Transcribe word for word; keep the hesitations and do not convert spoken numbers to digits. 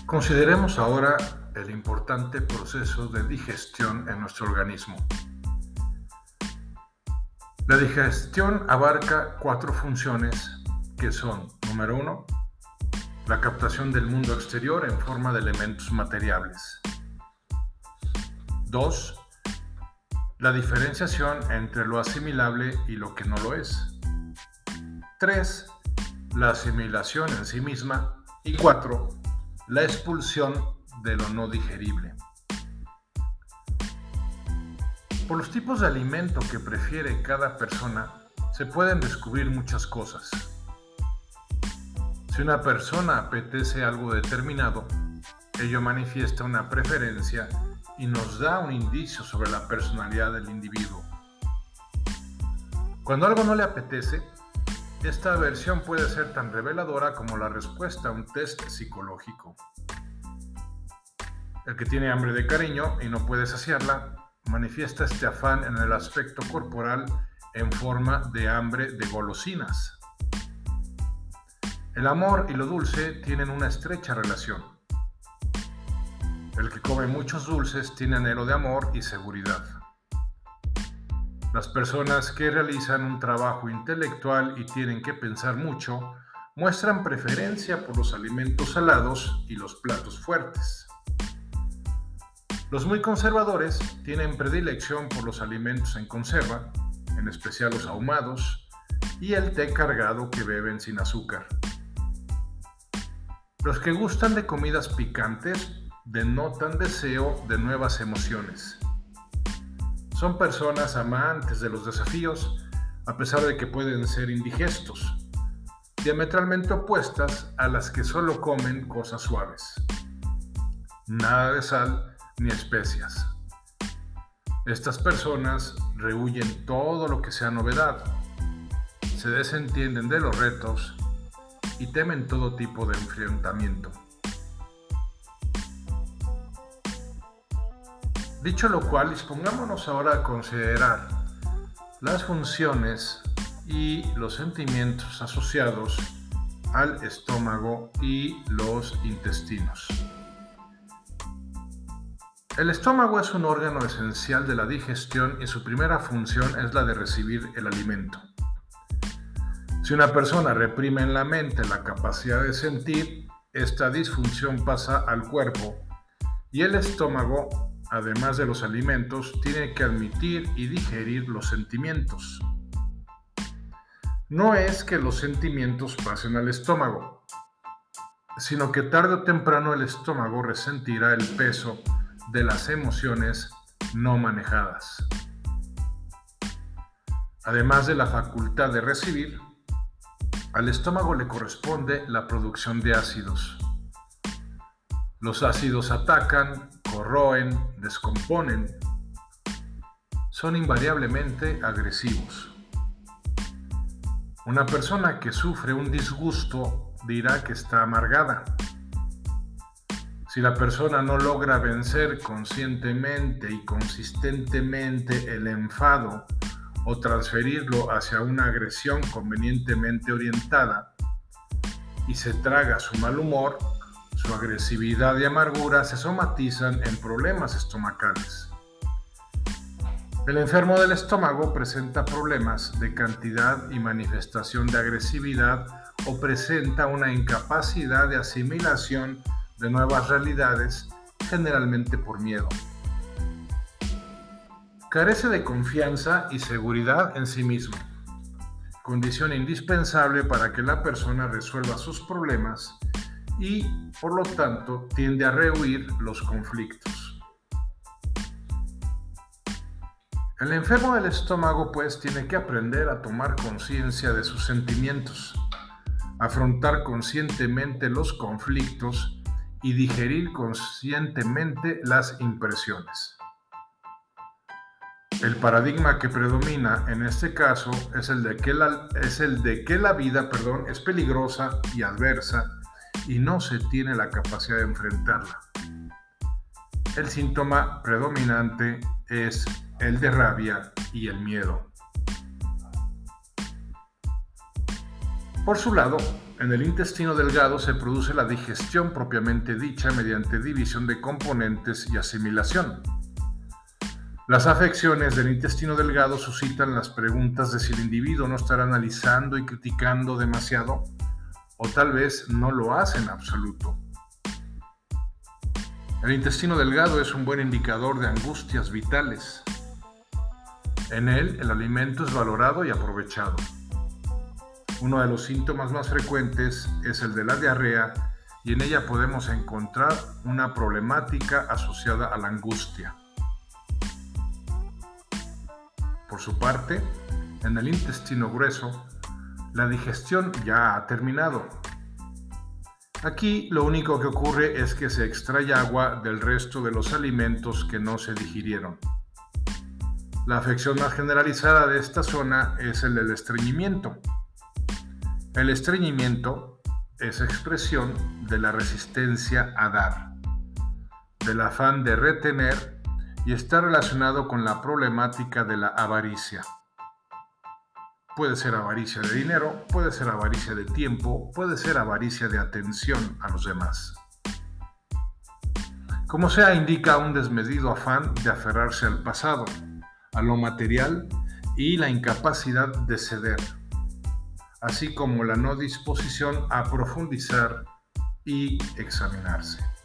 Consideremos ahora el importante proceso de digestión en nuestro organismo. La digestión abarca cuatro funciones que son, número uno, la captación del mundo exterior en forma de elementos materiales. Dos, la diferenciación entre lo asimilable y lo que no lo es. Tres, la asimilación en sí misma. Y cuatro, la expulsión de lo no digerible. Por los tipos de alimento que prefiere cada persona, se pueden descubrir muchas cosas. Si una persona apetece algo determinado, ello manifiesta una preferencia y nos da un indicio sobre la personalidad del individuo. Cuando algo no le apetece, esta aversión puede ser tan reveladora como la respuesta a un test psicológico. El que tiene hambre de cariño y no puede saciarla, manifiesta este afán en el aspecto corporal en forma de hambre de golosinas. El amor y lo dulce tienen una estrecha relación. El que come muchos dulces tiene anhelo de amor y seguridad. Las personas que realizan un trabajo intelectual y tienen que pensar mucho, muestran preferencia por los alimentos salados y los platos fuertes. Los muy conservadores tienen predilección por los alimentos en conserva, en especial los ahumados, y el té cargado que beben sin azúcar. Los que gustan de comidas picantes denotan deseo de nuevas emociones. Son personas amantes de los desafíos, a pesar de que pueden ser indigestos, diametralmente opuestas a las que solo comen cosas suaves. Nada de sal ni especias. Estas personas rehúyen todo lo que sea novedad, se desentienden de los retos y temen todo tipo de enfrentamiento. Dicho lo cual, dispongámonos ahora a considerar las funciones y los sentimientos asociados al estómago y los intestinos. El estómago es un órgano esencial de la digestión y su primera función es la de recibir el alimento. Si una persona reprime en la mente la capacidad de sentir, esta disfunción pasa al cuerpo y el estómago, además de los alimentos, tiene que admitir y digerir los sentimientos. No es que los sentimientos pasen al estómago, sino que tarde o temprano el estómago resentirá el peso de las emociones no manejadas. Además de la facultad de recibir, al estómago le corresponde la producción de ácidos. Los ácidos atacan, corroen, descomponen. Son invariablemente agresivos. Una persona que sufre un disgusto dirá que está amargada. Si la persona no logra vencer conscientemente y consistentemente el enfado o transferirlo hacia una agresión convenientemente orientada y se traga su mal humor, su agresividad y amargura se somatizan en problemas estomacales. El enfermo del estómago presenta problemas de cantidad y manifestación de agresividad o presenta una incapacidad de asimilación de nuevas realidades, generalmente por miedo. Carece de confianza y seguridad en sí mismo, condición indispensable para que la persona resuelva sus problemas y, por lo tanto, tiende a rehuir los conflictos. El enfermo del estómago, pues, tiene que aprender a tomar conciencia de sus sentimientos, afrontar conscientemente los conflictos y digerir conscientemente las impresiones. El paradigma que predomina en este caso es el de que la, es el de que la vida perdón, es peligrosa y adversa y no se tiene la capacidad de enfrentarla. El síntoma predominante es el de rabia y el miedo. Por su lado, En el intestino delgado se produce la digestión propiamente dicha mediante división de componentes y asimilación. Las afecciones del intestino delgado suscitan las preguntas de si el individuo no estará analizando y criticando demasiado o tal vez no lo hace en absoluto. El intestino delgado es un buen indicador de angustias vitales. En él, el alimento es valorado y aprovechado. Uno de los síntomas más frecuentes es el de la diarrea y en ella podemos encontrar una problemática asociada a la angustia. Por su parte, en el intestino grueso, la digestión ya ha terminado. Aquí lo único que ocurre es que se extrae agua del resto de los alimentos que no se digirieron. La afección más generalizada de esta zona es el del estreñimiento. El estreñimiento es expresión de la resistencia a dar, del afán de retener y está relacionado con la problemática de la avaricia. Puede ser avaricia de dinero, puede ser avaricia de tiempo, puede ser avaricia de atención a los demás. Como sea, indica un desmedido afán de aferrarse al pasado, a lo material y la incapacidad de ceder, así como la no disposición a profundizar y examinarse.